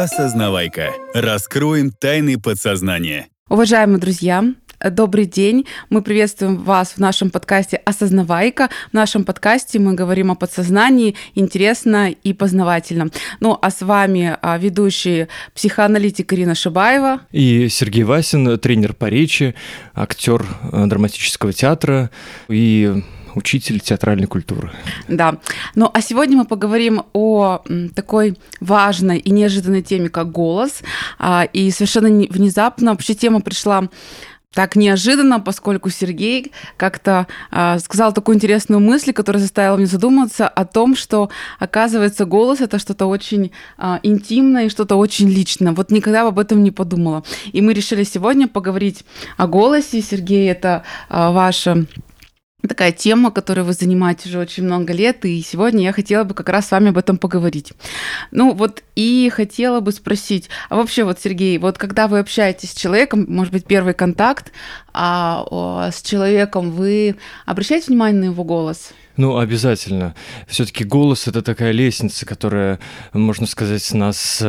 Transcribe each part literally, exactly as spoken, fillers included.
Осознавайка. Раскроем тайны подсознания. Уважаемые друзья, добрый день. Мы приветствуем вас в нашем подкасте «Осознавайка». В нашем подкасте мы говорим о подсознании интересно и познавательно. Ну, а с вами ведущий психоаналитик Ирина Шибаева. И Сергей Васин, тренер по речи, актер драматического театра и учитель театральной культуры. Да. Ну, а сегодня мы поговорим о такой важной и неожиданной теме, как голос. И совершенно внезапно вообще тема пришла так неожиданно, поскольку Сергей как-то э, сказал такую интересную мысль, которая заставила меня задуматься о том, что, оказывается, голос — это что-то очень э, интимное и что-то очень личное. Вот никогда об этом не подумала. И мы решили сегодня поговорить о голосе. Сергей, это э, ваша такая тема, которой вы занимаетесь уже очень много лет, и сегодня я хотела бы как раз с вами об этом поговорить. Ну вот и хотела бы спросить, а вообще вот, Сергей, вот когда вы общаетесь с человеком, может быть, первый контакт а, о, с человеком, вы обращаете внимание на его голос? Ну, обязательно. Все-таки голос — это такая лестница, которая, можно сказать, нас,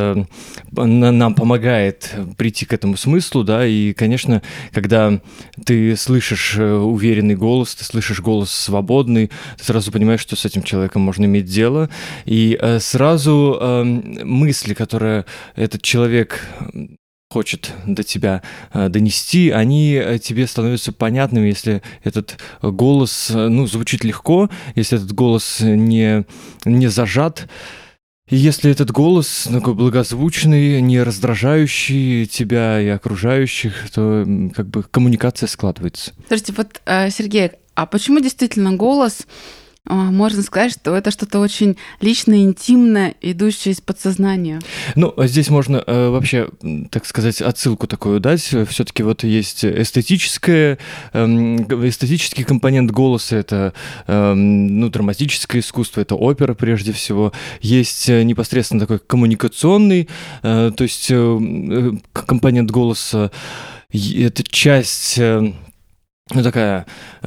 нам помогает прийти к этому смыслу, да, и, конечно, когда ты слышишь уверенный голос, ты слышишь голос свободный, ты сразу понимаешь, что с этим человеком можно иметь дело, и сразу мысли, которые этот человек хочет до тебя э, донести, они тебе становятся понятными, если этот голос, ну, звучит легко, если этот голос не, не зажат, и если этот голос такой благозвучный, не раздражающий тебя и окружающих, то как бы коммуникация складывается. Слушайте, вот, э, Сергей, а почему действительно голос... Можно сказать, что это что-то очень личное, интимное, идущее из подсознания. Ну, здесь можно э, вообще, так сказать, отсылку такую дать. Все-таки вот есть эстетическое, э, эстетический компонент голоса, это э, ну, драматическое искусство, это опера прежде всего. Есть непосредственно такой коммуникационный, э, то есть э, компонент голоса, это часть... Э, Ну, такая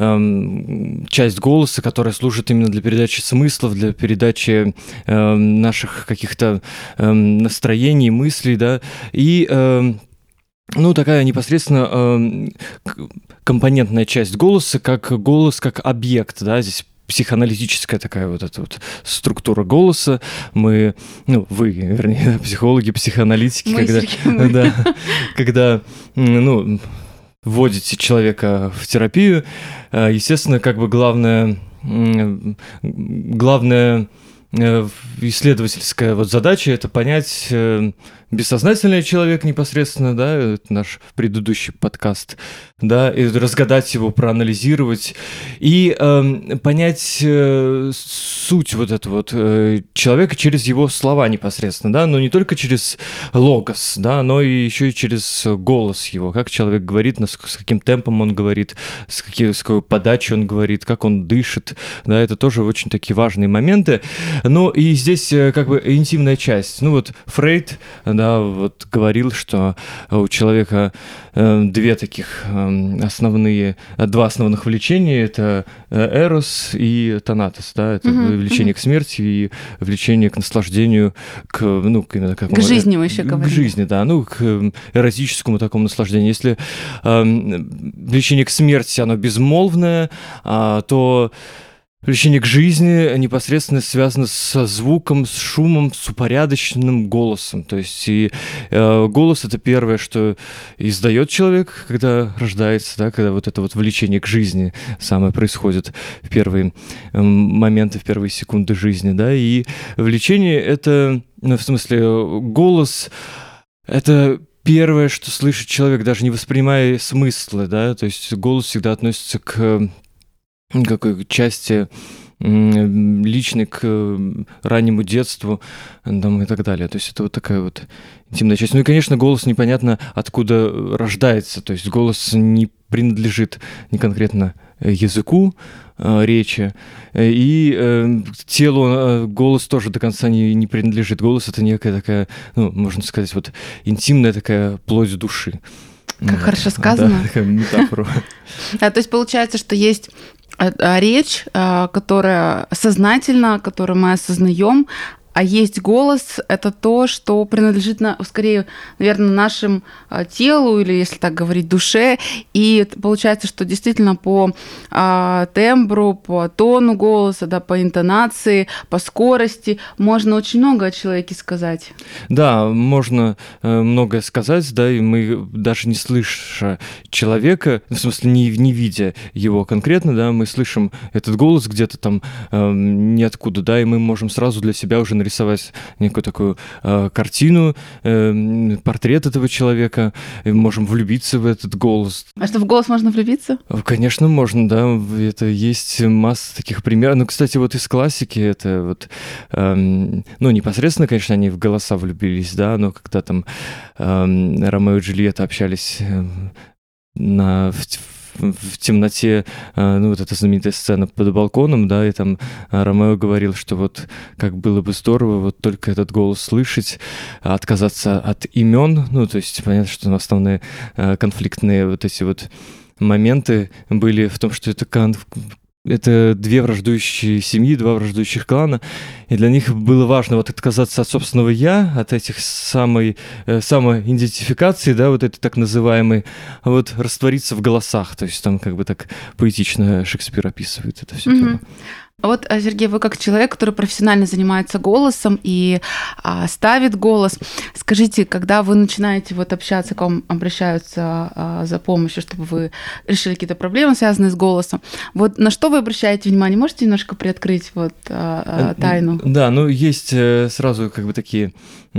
эм, часть голоса, которая служит именно для передачи смыслов, для передачи эм, наших каких-то эм, настроений, мыслей, да, и, эм, ну, такая непосредственно эм, компонентная часть голоса, как голос, как объект, да, здесь психоаналитическая такая вот эта вот структура голоса. Мы, ну, вы, вернее, психологи, психоаналитики, мы, когда, Сергей, да, когда, ну, вводите человека в терапию, естественно, как бы главное, главное исследовательская вот задача — это понять, бессознательный человек непосредственно, да, это наш предыдущий подкаст, да, и разгадать его, проанализировать и э, понять э, суть вот этого вот э, человека через его слова непосредственно, да, но не только через логос, да, но и еще и через голос его, как человек говорит, с каким темпом он говорит, с, какой, с какой подачей он говорит, как он дышит, да, это тоже очень такие важные моменты. Ну и здесь как бы интимная часть. Ну вот Фрейд, да, вот говорил, что у человека э, две таких э, основные, два основных влечения — это эрос и танатос, да, это uh-huh, влечение uh-huh. к смерти и влечение к наслаждению, к, ну, к, именно как к жизни мы еще к, говорим. К жизни, да, ну, к эротическому такому наслаждению. Если э, влечение к смерти, оно безмолвное, э, то влечение к жизни непосредственно связано со звуком, с шумом, с упорядоченным голосом. То есть и э, голос — это первое, что издает человек, когда рождается, да, когда вот это вот влечение к жизни самое происходит в первые э, моменты, в первые секунды жизни, да. И влечение — это, ну, в смысле, голос — это первое, что слышит человек, даже не воспринимая смыслы, да. То есть голос всегда относится к какой части личной, к раннему детству, там, и так далее. То есть это вот такая вот интимная часть. Ну и, конечно, голос непонятно откуда рождается. То есть голос не принадлежит не конкретно языку э, речи, и э, телу э, голос тоже до конца не, не принадлежит. Голос — это некая такая, ну, можно сказать, вот интимная такая плоть души. Как вот. Хорошо сказано. Да, такая метафора. То есть получается, что есть речь, которая сознательна, которую мы осознаем, А есть голос — это то, что принадлежит, на, скорее, наверное, нашему телу или, если так говорить, душе. И получается, что действительно по а, тембру, по тону голоса, да, по интонации, по скорости можно очень много о человеке сказать. Да, можно э, многое сказать, да, и мы даже не слыша человека, в смысле не, не видя его конкретно, да, мы слышим этот голос где-то там э, ниоткуда, да, и мы можем сразу для себя уже нарисовать некую такую э, картину, э, портрет этого человека, и можем влюбиться в этот голос. А что, в голос можно влюбиться? Конечно, можно, да, это есть масса таких примеров. Ну, кстати, вот из классики это вот, э, ну, непосредственно, конечно, они в голоса влюбились, да, но когда там э, Ромео и Джульетта общались э, на, в, в темноте, э, ну, вот эта знаменитая сцена под балконом, да, и там Ромео говорил, что вот как было бы здорово вот только этот голос слышать, отказаться от имен, ну, то есть понятно, что основные э, конфликтные вот эти вот моменты были в том, что это конф... Это две враждующие семьи, два враждующих клана, и для них было важно вот отказаться от собственного «я», от этих самой, э, самоидентификации, да, вот этой так называемой, а вот раствориться в голосах, то есть там как бы так поэтично Шекспир описывает это все. Mm-hmm. Вот, Сергей, вы как человек, который профессионально занимается голосом и а, ставит голос, скажите, когда вы начинаете вот общаться, к вам обращаются а, за помощью, чтобы вы решили какие-то проблемы, связанные с голосом, вот на что вы обращаете внимание? Можете немножко приоткрыть вот а, а, тайну? Да, ну есть сразу как бы такие,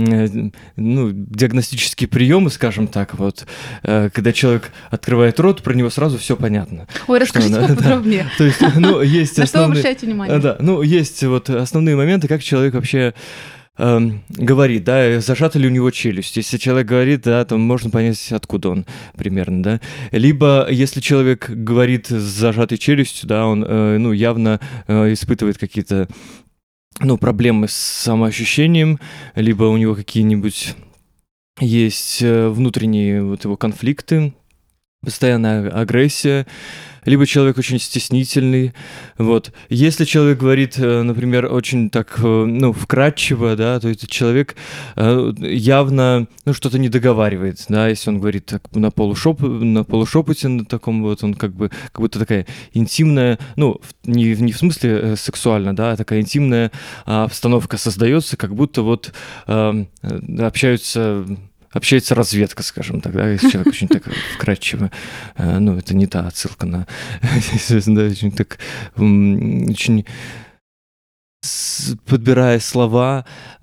ну, диагностические приемы, скажем так, вот, когда человек открывает рот, про него сразу все понятно. Ой, расскажите что, поподробнее. Да, то есть, ну, есть на основные... что вы обращаете внимание? Да, ну, есть вот основные моменты, как человек вообще э, говорит, да, зажата ли у него челюсть. Если человек говорит, да, то можно понять, откуда он примерно, да. Либо, если человек говорит с зажатой челюстью, да, он, э, ну, явно э, испытывает какие-то, ну, проблемы с самоощущением, либо у него какие-нибудь есть внутренние вот его конфликты, постоянная агрессия, либо человек очень стеснительный, вот. Если человек говорит, например, очень так, ну, вкратчиво, да, то этот человек явно, ну, что-то не договаривает, да, если он говорит так, на полушеп, на полушепоте, на таком вот, он как бы, как будто такая интимная, ну, не, не в смысле сексуально, да, а такая интимная обстановка создается, как будто вот э, общаются... Общается разведка, скажем так, да, если человек очень так вкратчиво, ну, это не та отсылка на, да, очень так, очень подбирая слова,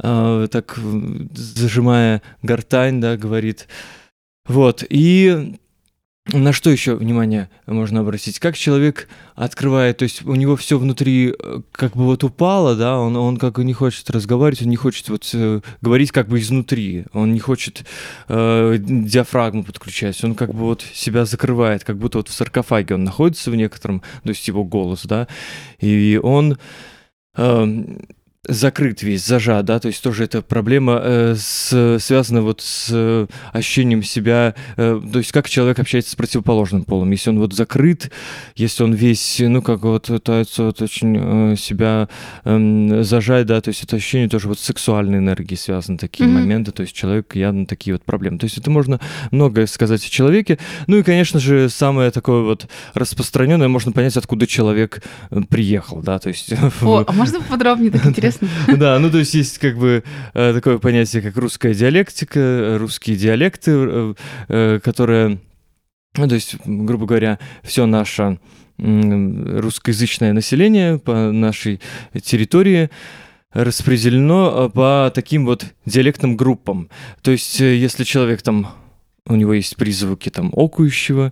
так зажимая гортань, да, говорит, вот, и... На что еще внимание можно обратить? Как человек открывает, то есть у него все внутри как бы вот упало, да, он, он как бы не хочет разговаривать, он не хочет вот э, говорить как бы изнутри, он не хочет э, диафрагму подключать, он как бы вот себя закрывает, как будто вот в саркофаге он находится в некотором, то есть его голос, да, и он... Э, закрыт весь, зажат, да, то есть тоже эта проблема э, с, связана вот с э, ощущением себя, э, то есть как человек общается с противоположным полом, если он вот закрыт, если он весь, ну, как вот пытается вот очень э, себя э, зажать, да, то есть это ощущение тоже вот с сексуальной энергией связаны такие mm-hmm. моменты, то есть человек явно такие вот проблемы, то есть это можно многое сказать о человеке, ну и, конечно же, самое такое вот распространенное, можно понять, откуда человек приехал, да, то есть... О, а можно поподробнее, так интересно? Да, ну то есть есть как бы такое понятие, как русская диалектика, русские диалекты, которые, ну то есть, грубо говоря, все наше русскоязычное население по нашей территории распределено по таким вот диалектным группам. То есть если человек там... У него есть призвуки там окающего,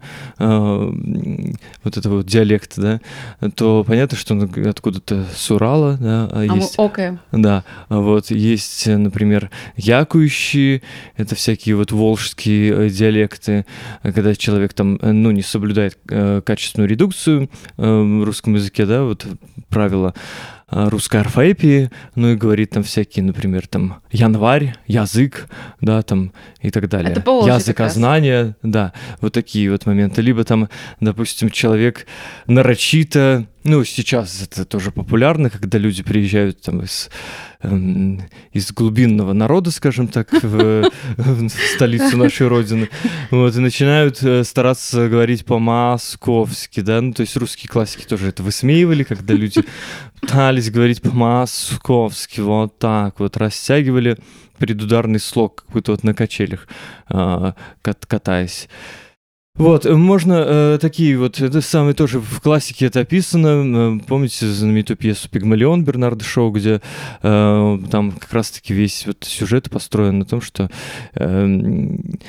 э, вот этого вот диалекта, да, то понятно, что он откуда-то с Урала, да, а, а есть... мы окаем. Да, вот есть, например, якающие, это всякие вот волжские диалекты, когда человек там, ну, не соблюдает э, качественную редукцию э, в русском языке, да, вот правила русской орфоэпии, ну и говорит там всякие, например, там январь, язык, да, там и так далее. Языкознание, да, вот такие вот моменты. Либо там, допустим, человек нарочито, ну сейчас это тоже популярно, когда люди приезжают там из эм, из глубинного народа, скажем так, в, в столицу нашей Родины, вот, и начинают э, стараться говорить по-московски, да, ну, то есть русские классики тоже это высмеивали, когда люди пытались говорить по-московски, вот так вот, растягивали предударный слог какой-то вот на качелях, э, кат- катаясь. Вот, можно э, такие вот, это самое тоже в классике это описано, э, помните знаменитую пьесу «Пигмалион» Бернарда Шоу, где э, там как раз-таки весь вот сюжет построен на том, что э,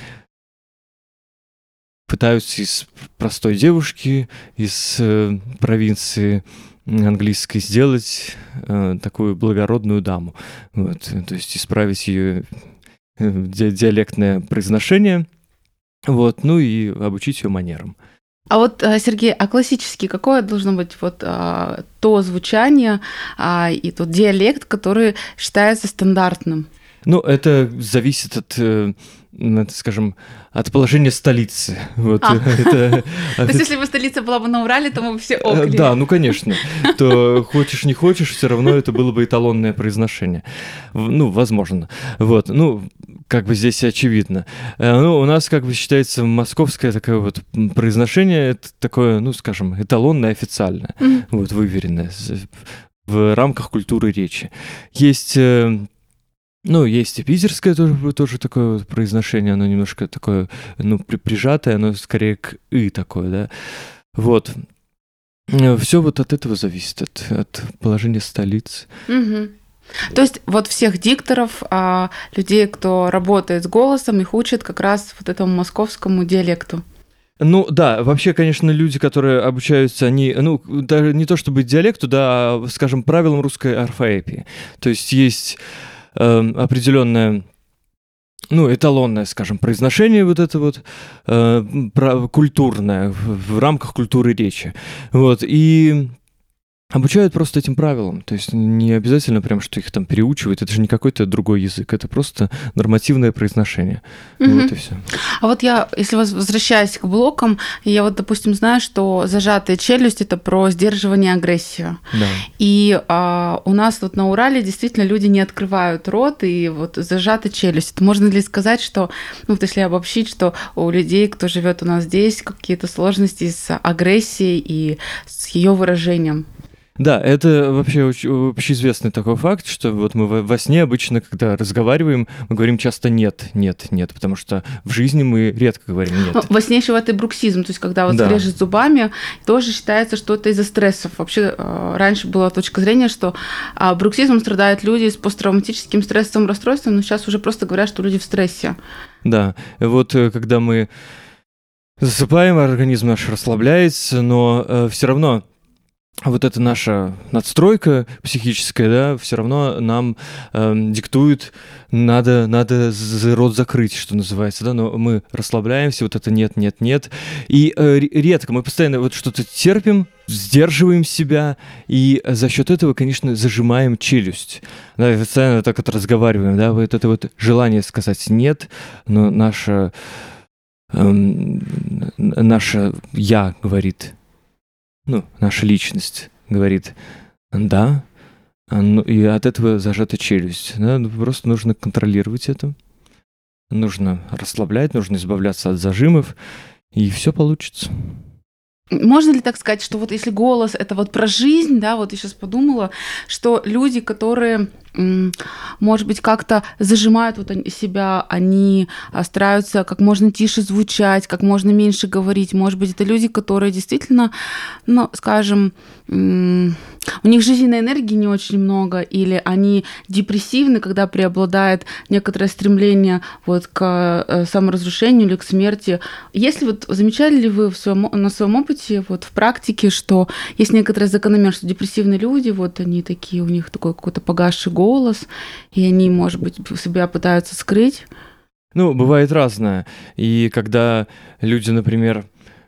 пытаются из простой девушки, из э, провинции английской сделать э, такую благородную даму, вот, то есть исправить ее э, ди- диалектное произношение. Вот, ну и обучить ее манерам. А вот, э, Сергей, а классически какое должно быть вот а, то звучание а, и тот диалект, который считается стандартным? Ну, это зависит от, э, м, скажем, от положения столицы. Вот, А. это, То есть, если бы столица была бы на Урале, то мы бы все Э, окли. Да, ну конечно. То хочешь не хочешь, все равно это было бы эталонное произношение. В- Ну, возможно. Вот, ну, как бы здесь очевидно. Э, Ну, у нас как бы считается московское такое вот м, произношение, это такое, ну, скажем, эталонное, официальное, Мгм. вот, выверенное с- в рамках культуры речи. Есть э, ну, есть и питерское тоже, тоже такое вот произношение, оно немножко такое, ну, при- прижатое, оно скорее к «и» такое, да. Вот. Все вот от этого зависит, от, от положения столицы. Мгм. То есть вот всех дикторов, а, людей, кто работает с голосом, их учат как раз вот этому московскому диалекту. Ну да, вообще, конечно, люди, которые обучаются, они, ну, даже не то чтобы диалекту, да, а, скажем, правилам русской орфоэпии. То есть есть эм, определенное, ну, эталонное, скажем, произношение вот это вот э, м, про- культурное, в, в рамках культуры речи. Вот, и обучают просто этим правилам. То есть не обязательно прям, что их там переучивают, это же не какой-то другой язык, это просто нормативное произношение. Мгм. Вот и все. А вот я, если воз- возвращаясь к блокам, я вот, допустим, знаю, что зажатая челюсть – это про сдерживание агрессии. Да. И а, у нас вот на Урале действительно люди не открывают рот, и вот зажата челюсть. Это можно ли сказать, что, ну вот если обобщить, что у людей, кто живет у нас здесь, какие-то сложности с агрессией и с ее выражением? Да, это вообще очень общеизвестный такой факт, что вот мы во во сне обычно, когда разговариваем, мы говорим часто «нет, нет, нет», потому что в жизни мы редко говорим Ну, «нет». во сне еще это бруксизм, то есть когда вот Да. режет зубами, тоже считается, что это из-за стрессов. Вообще э, раньше была точка зрения, что а, бруксизмом страдают люди с посттравматическим стрессовым расстройством, но сейчас уже просто говорят, что люди в стрессе. Да, вот э, когда мы засыпаем, организм наш расслабляется, но все равно вот эта наша надстройка психическая, да, все равно нам эм, диктует, надо, надо за- рот закрыть, что называется, да, но мы расслабляемся, вот это нет, нет, нет, и э, ре- редко мы постоянно вот что-то терпим, сдерживаем себя, и за счет этого, конечно, зажимаем челюсть, да, и постоянно так вот разговариваем, да, вот это вот желание сказать нет, но наше, эм, н- наше «я» говорит, ну, наша личность говорит «да», а, ну, и от этого зажата челюсть. Да? Ну, просто нужно контролировать это, нужно расслаблять, нужно избавляться от зажимов, и все получится. Можно ли так сказать, что вот если голос это вот про жизнь, да, вот я сейчас подумала, что люди, которые, м, может быть, как-то зажимают вот они- себя, они а, стараются как можно тише звучать, как можно меньше говорить. Может быть, это люди, которые действительно, ну, скажем, м, у них жизненной энергии не очень много, или они депрессивны, когда преобладает некоторое стремление вот к э, саморазрушению или к смерти. Если вот замечали ли вы в своем, на своем опыте, вот в практике, что есть некоторая закономерность, что депрессивные люди, вот они такие, у них такой какой-то погасший голос, и они, может быть, себя пытаются скрыть? Ну, бывает разное. И когда люди, например,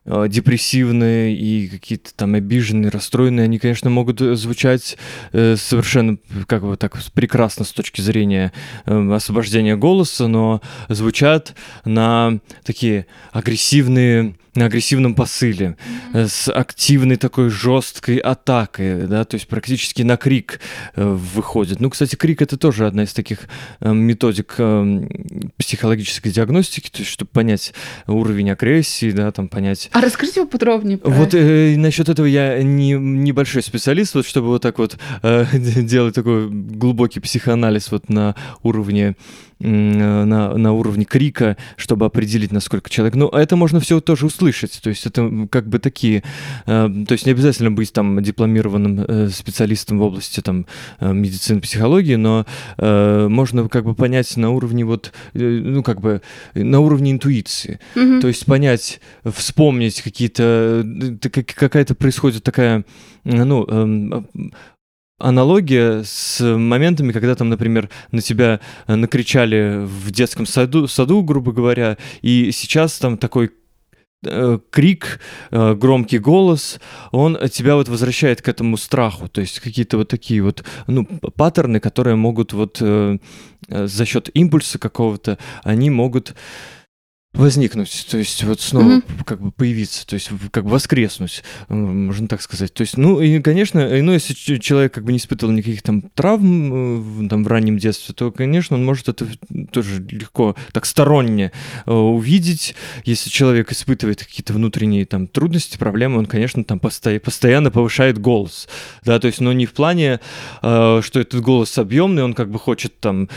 э, депрессивные и какие-то там обиженные, расстроенные, они, конечно, могут звучать э, совершенно как бы так прекрасно с точки зрения э, освобождения голоса, но звучат на такие агрессивные, на агрессивном посыле, mm-hmm. с активной такой жесткой атакой, да, то есть практически на крик э, выходит. Ну, кстати, крик — это тоже одна из таких э, методик э, психологической диагностики, то есть чтобы понять уровень агрессии, да, там понять... А расскажите поподробнее про Вот э, насчет этого я не, небольшой специалист, вот чтобы вот так вот э, делать такой глубокий психоанализ вот на уровне На, на уровне крика, чтобы определить, насколько человек... Ну, это можно все тоже услышать, то есть это как бы такие... Э, то есть не обязательно быть там дипломированным э, специалистом в области там э, медицины, психологии, но э, можно как бы понять на уровне вот, э, ну, как бы на уровне интуиции. Mm-hmm. То есть понять, вспомнить какие-то... Какая-то происходит такая, ну... Э, аналогия с моментами, когда там, например, на тебя накричали в детском саду, саду, грубо говоря, и сейчас там такой э, крик, э, громкий голос, он тебя вот возвращает к этому страху, то есть какие-то вот такие вот, ну, паттерны, которые могут вот э, за счет импульса какого-то, они могут возникнуть, то есть вот снова mm-hmm. как бы появиться, то есть как бы воскреснуть, можно так сказать. То есть, ну и, конечно, ну, если человек как бы не испытывал никаких там травм там в раннем детстве, то, конечно, он может это тоже легко так сторонне увидеть. Если человек испытывает какие-то внутренние там трудности, проблемы, он, конечно, там постоянно, постоянно повышает голос, да, то есть, но не в плане, что этот голос объемный, он как бы хочет там,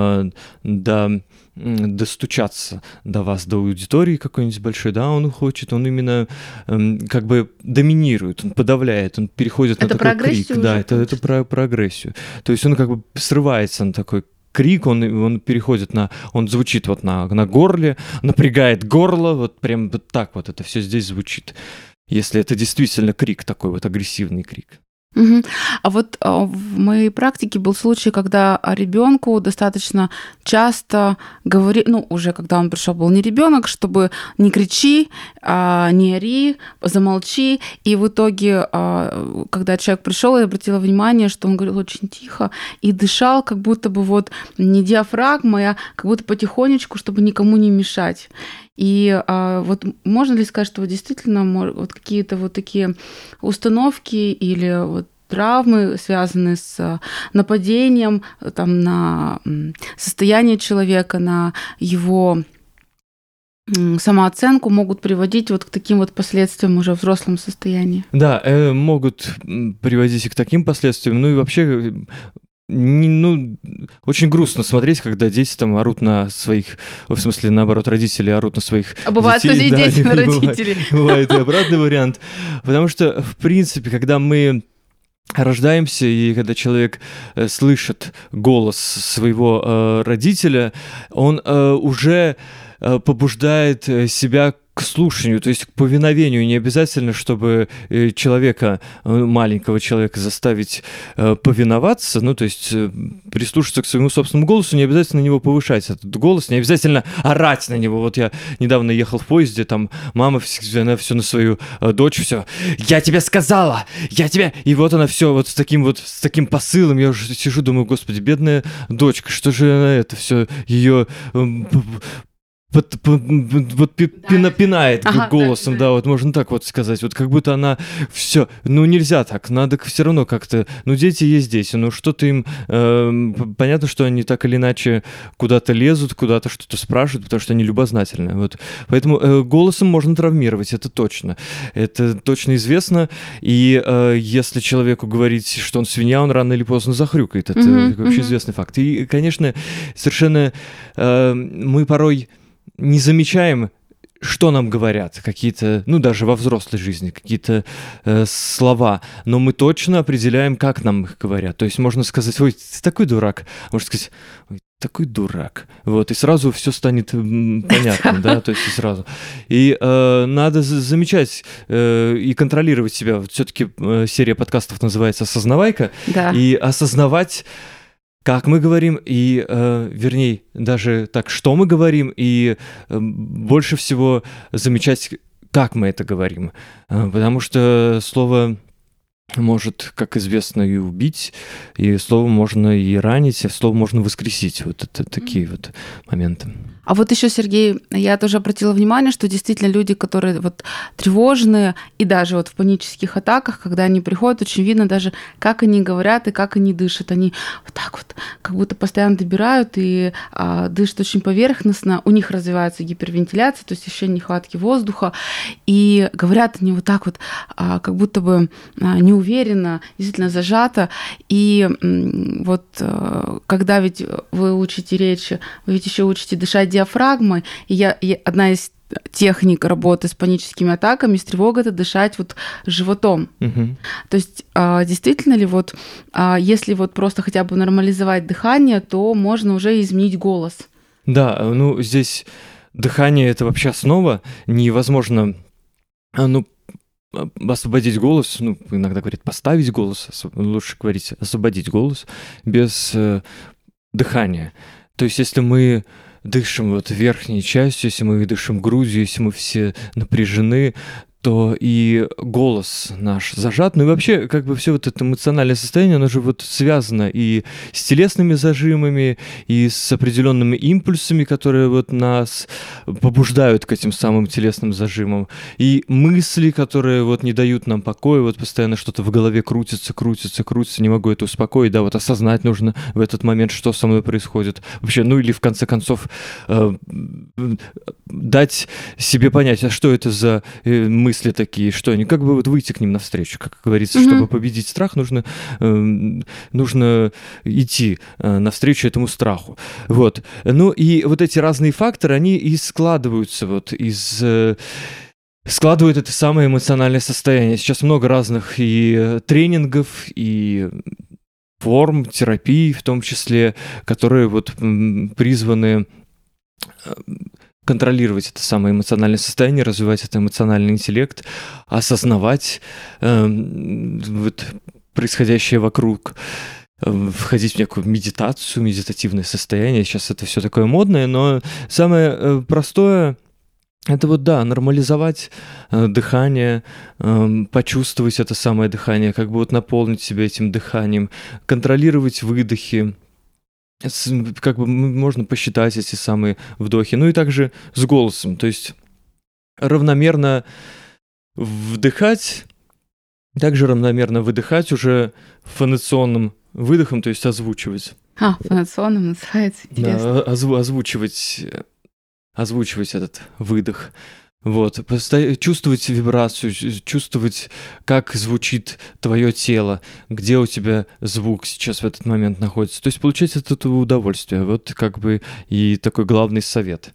да, достучаться до вас, до аудитории какой-нибудь большой, да, он хочет, он именно эм, как бы доминирует, он подавляет, он переходит это на такой крик. Да, это, это про, про агрессию. То есть он как бы срывается на такой крик, он, он переходит на, он звучит вот на, на горле, напрягает горло, вот прям вот так вот это все здесь звучит. Если это действительно крик такой, вот агрессивный крик. Угу. А вот а, в моей практике был случай, когда ребенку достаточно часто говорили, ну, уже когда он пришел, был не ребенок, чтобы не кричи, а, не ори, замолчи. И в итоге, а, когда человек пришел, я обратила внимание, что он говорил очень тихо и дышал, как будто бы вот не диафрагмой, а как будто потихонечку, чтобы никому не мешать. И а, вот можно ли сказать, что вот действительно вот какие-то вот такие установки или вот травмы, связанные с нападением там, на состояние человека, на его самооценку, могут приводить вот к таким вот последствиям уже в взрослом состоянии? Да, э, могут приводить и к таким последствиям. Ну и вообще... Не, ну, очень грустно смотреть, когда дети там орут на своих, в смысле, наоборот, родители орут на своих а бывает, детей. Что да, дети на родителей. Бывает, бывает и обратный вариант. Потому что, в принципе, когда мы рождаемся, и когда человек э, слышит голос своего э, родителя, он э, уже э, побуждает себя к слушанию, то есть к повиновению. Не обязательно, чтобы человека, маленького человека заставить повиноваться, ну, то есть прислушаться к своему собственному голосу, не обязательно на него повышать этот голос, не обязательно орать на него. Вот я недавно ехал в поезде, там мама, она все на свою дочь, все, я тебе сказала, я тебе... И вот она все вот с таким вот, с таким посылом, я уже сижу, думаю, господи, бедная дочка, что же она это все, ее... Вот, вот пина, пинает ага, голосом, да, да, вот можно так вот сказать, вот как будто она все, ну нельзя так, надо все равно как-то, ну дети есть дети, ну что-то им, э, понятно, что они так или иначе куда-то лезут, куда-то что-то спрашивают, потому что они любознательны, вот, поэтому э, голосом можно травмировать, это точно, это точно известно, и э, если человеку говорить, что он свинья, он рано или поздно захрюкает, это mm-hmm, вообще mm-hmm. известный факт, и, конечно, совершенно э, мы порой не замечаем, что нам говорят, какие-то, ну, даже во взрослой жизни, какие-то э, слова, но мы точно определяем, как нам их говорят. То есть можно сказать, ой, ты такой дурак, можно сказать, ой, такой дурак, вот, и сразу все станет понятно, да, то есть и сразу. И э, надо замечать э, и контролировать себя. Все-таки э, серия подкастов называется «Осознавайка», да. И осознавать, как мы говорим, и, э, вернее, даже так, что мы говорим, и э, больше всего замечать, как мы это говорим. Э, Потому что слово может, как известно, и убить, и слово можно и ранить, и слово можно воскресить. Вот это такие вот моменты. А вот еще, Сергей, я тоже обратила внимание, что действительно люди, которые вот тревожные, и даже вот в панических атаках, когда они приходят, очень видно даже, как они говорят и как они дышат. Они вот так вот как будто постоянно добирают и а, дышат очень поверхностно. У них развивается гипервентиляция, то есть ощущение нехватки воздуха. И говорят они вот так вот, а, как будто бы а, неуверенно, действительно зажато. И м, вот а, когда ведь вы учите речь, вы ведь еще учите дышать диафрагмой, и я, и одна из техник работы с паническими атаками, с тревогой, это дышать вот животом. Мгм. То есть а, действительно ли вот, а, если вот просто хотя бы нормализовать дыхание, то можно уже изменить голос? Да, э, ну здесь дыхание это вообще основа. Невозможно, а, ну, а, освободить голос, ну, иногда говорят поставить голос, осво- лучше говорить освободить голос без э, дыхания. То есть если мы дышим вот верхней частью, если мы дышим грудью, если мы все напряжены, то и голос наш зажат. Ну и вообще, как бы все вот это эмоциональное состояние, оно же вот связано и с телесными зажимами, и с определенными импульсами, которые вот нас побуждают к этим самым телесным зажимам, и мысли, которые вот не дают нам покоя, вот постоянно что-то в голове крутится, крутится, крутится, не могу это успокоить, да, вот осознать нужно в этот момент, что со мной происходит. Вообще, ну или в конце концов э, дать себе понять, а что это за э, мысли такие, что они, как бы вот выйти к ним навстречу, как говорится, Мгм. чтобы победить страх, нужно, эм, нужно идти э, навстречу этому страху. Вот. Ну и вот эти разные факторы, они и складываются вот из... э, складывают это самое эмоциональное состояние. Сейчас много разных и э, тренингов, и форм терапии в том числе, которые вот м, призваны э, контролировать это самое эмоциональное состояние, развивать это эмоциональный интеллект, осознавать эм, вот происходящее вокруг, э, входить в некую медитацию, медитативное состояние. Сейчас это все такое модное, но самое э, простое это вот, да, нормализовать э, дыхание, эм, почувствовать это самое дыхание, как бы вот наполнить себя этим дыханием, контролировать выдохи, с- как бы м- можно посчитать эти самые вдохи. Ну и также с голосом, то есть равномерно вдыхать, также равномерно выдыхать уже фонационным выдохом, то есть озвучивать. А, фонационным называется, интересно. Да, озву- озвучивать, э, озвучивать этот выдох. Вот, посто- чувствовать вибрацию, ч- чувствовать, как звучит твое тело, где у тебя звук сейчас в этот момент находится. То есть получать от этого удовольствие. Вот как бы и такой главный совет.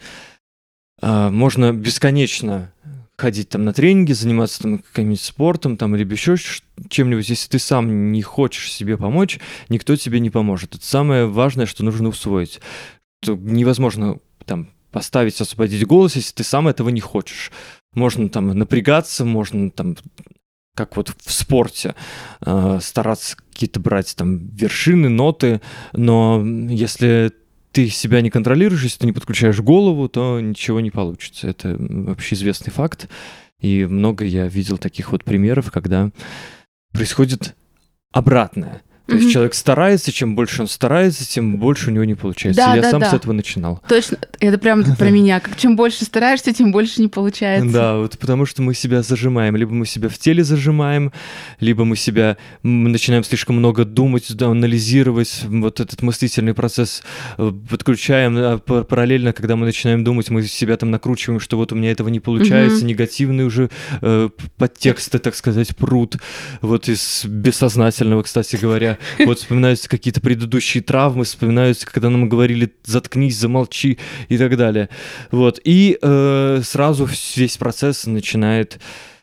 А, Можно бесконечно ходить там на тренинги, заниматься там каким-нибудь спортом там, или еще ш- чем-нибудь. Если ты сам не хочешь себе помочь, никто тебе не поможет. Это самое важное, что нужно усвоить. Что невозможно там поставить, освободить голос, если ты сам этого не хочешь. Можно там напрягаться, можно там, как вот в спорте, э, стараться какие-то брать там вершины, ноты, но если ты себя не контролируешь, если ты не подключаешь голову, то ничего не получится. Это м, вообще известный факт. И много я видел таких вот примеров, когда происходит обратное. То есть Мгм. человек старается, чем больше он старается, тем больше у него не получается. Да, Я да, сам да. с этого начинал. Точно, это прям про меня. Как чем больше стараешься, тем больше не получается. Да, вот потому что мы себя зажимаем. Либо мы себя в теле зажимаем, либо мы себя м, начинаем слишком много думать, да, анализировать. Вот этот мыслительный процесс э, подключаем. А пар- параллельно, когда мы начинаем думать, мы себя там накручиваем, что вот у меня этого не получается. Мгм. Негативные уже э, п- подтексты, так сказать, прут. Вот из бессознательного, кстати говоря. Вот вспоминаются какие-то предыдущие травмы, вспоминаются, когда нам говорили «заткнись, замолчи» и так далее. Вот. И э, сразу весь процесс начинает,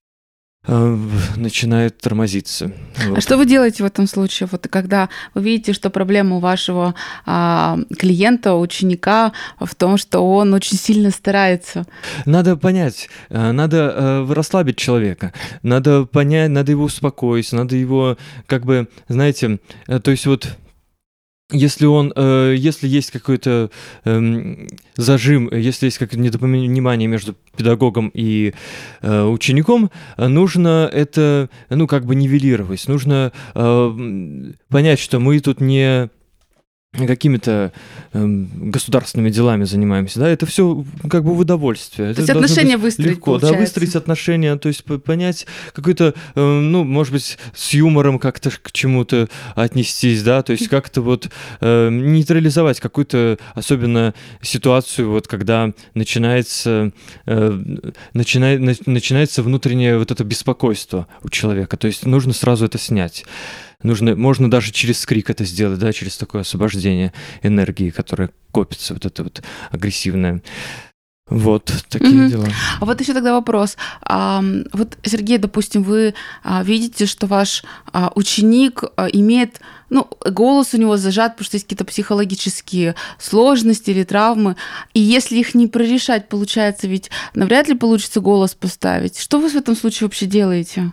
э, начинает тормозиться. А Вот. что вы делаете в этом случае, вот когда вы видите, что проблема у вашего а, клиента, ученика в том, что он очень сильно старается? Надо понять, э, надо э, расслабить человека, надо понять, надо его успокоить, надо его, как бы, знаете, э, то есть вот если он, э, если есть какой-то э, зажим, если есть какое-то недопонимание между педагогом и э, учеником, нужно это, ну, как бы нивелировать. Нужно э, понять, что мы тут не какими-то э, государственными делами занимаемся, да, это все как бы в удовольствие. То есть отношения выстроить, легко, получается. Да, выстроить отношения, то есть понять какой-то, э, ну, может быть, с юмором как-то к чему-то отнестись, да, то есть как-то вот э, нейтрализовать какую-то особенно ситуацию, вот когда начинается, э, начинает, на, начинается внутреннее вот это беспокойство у человека, то есть нужно сразу это снять. Нужно, можно даже через крик это сделать, да, через такое освобождение энергии, которая копится, вот это вот агрессивное. Вот такие mm-hmm. дела. А вот еще тогда вопрос. А, вот, Сергей, допустим, вы а, видите, что ваш а, ученик а, имеет, ну, голос у него зажат, потому что есть какие-то психологические сложности или травмы, и если их не прорешать, получается, ведь навряд ли получится голос поставить. Что вы в этом случае вообще делаете?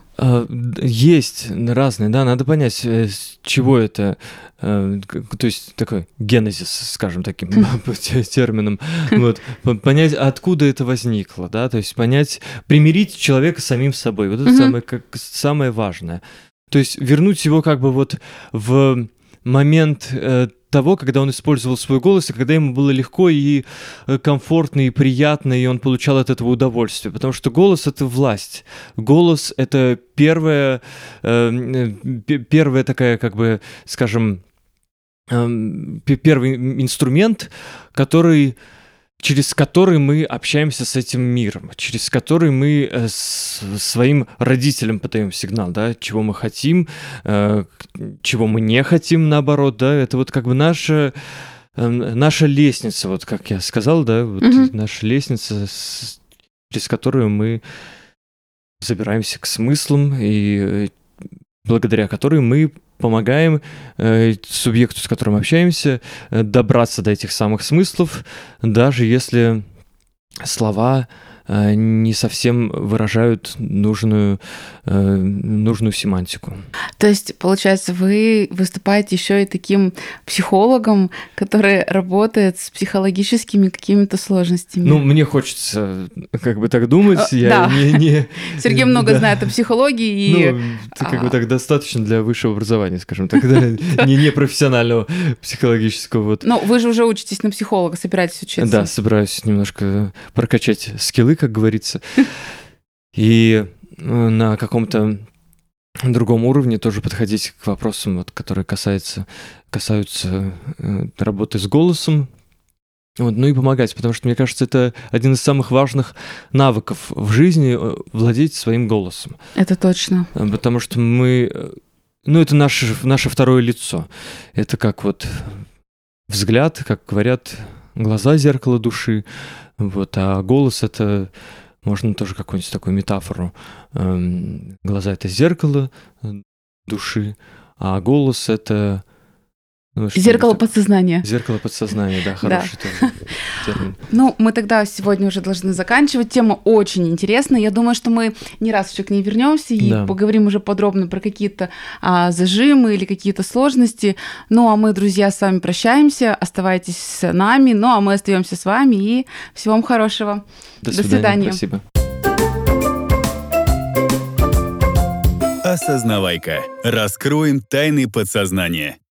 Есть разные, да, надо понять, с чего это, то есть такой генезис, скажем таким термином, вот, понять, откуда это возникло, да, то есть понять, примирить человека с самим собой, вот это mm-hmm. самое, как, самое важное, то есть вернуть его как бы вот в момент того, когда он использовал свой голос, и когда ему было легко и комфортно, и приятно, и он получал от этого удовольствие. Потому что голос — это власть. Голос — это первая, э, первая такая, как бы, скажем, э, первый инструмент, который... через который мы общаемся с этим миром, через который мы э, с, своим родителям подаем сигнал, да, чего мы хотим, э, чего мы не хотим, наоборот, да, это вот как бы наша, э, наша лестница, вот как я сказал, да, вот mm-hmm. наша лестница, с, через которую мы забираемся к смыслам, и э, благодаря которой мы помогаем э, субъекту, с которым общаемся, э, добраться до этих самых смыслов, даже если слова э, не совсем выражают нужную, э, нужную семантику. То есть, получается, вы выступаете еще и таким психологом, который работает с психологическими какими-то сложностями. Ну, мне хочется как бы так думать. Я да. не, не... Сергей много да. знает о психологии. И... Ну, это как бы так достаточно для высшего образования, скажем так, не непрофессионального психологического. Вот. Но вы же уже учитесь на психолога, собираетесь учиться. Да, собираюсь немножко прокачать скиллы, как говорится. И на каком-то другом уровне тоже подходить к вопросам, вот, которые касаются, касаются э, работы с голосом, вот, ну и помогать, потому что, мне кажется, это один из самых важных навыков в жизни — владеть своим голосом. Это точно. Потому что мы... Ну, это наше, наше второе лицо. Это как вот взгляд, как говорят, глаза — зеркало души, вот, а голос — это... Можно тоже какую-нибудь такую метафору. Глаза — это зеркало души, а голос — это... Ну, зеркало это... подсознания. Зеркало подсознания, да, хороший да. термин. Ну, мы тогда сегодня уже должны заканчивать. Тема очень интересная. Я думаю, что мы не раз еще к ней вернемся и да. поговорим уже подробно про какие-то а, зажимы или какие-то сложности. Ну, а мы, друзья, с вами прощаемся. Оставайтесь с нами. Ну, а мы остаемся с вами. И всего вам хорошего. До свидания. До свидания. Спасибо. Осознавайка. Раскроем тайны подсознания.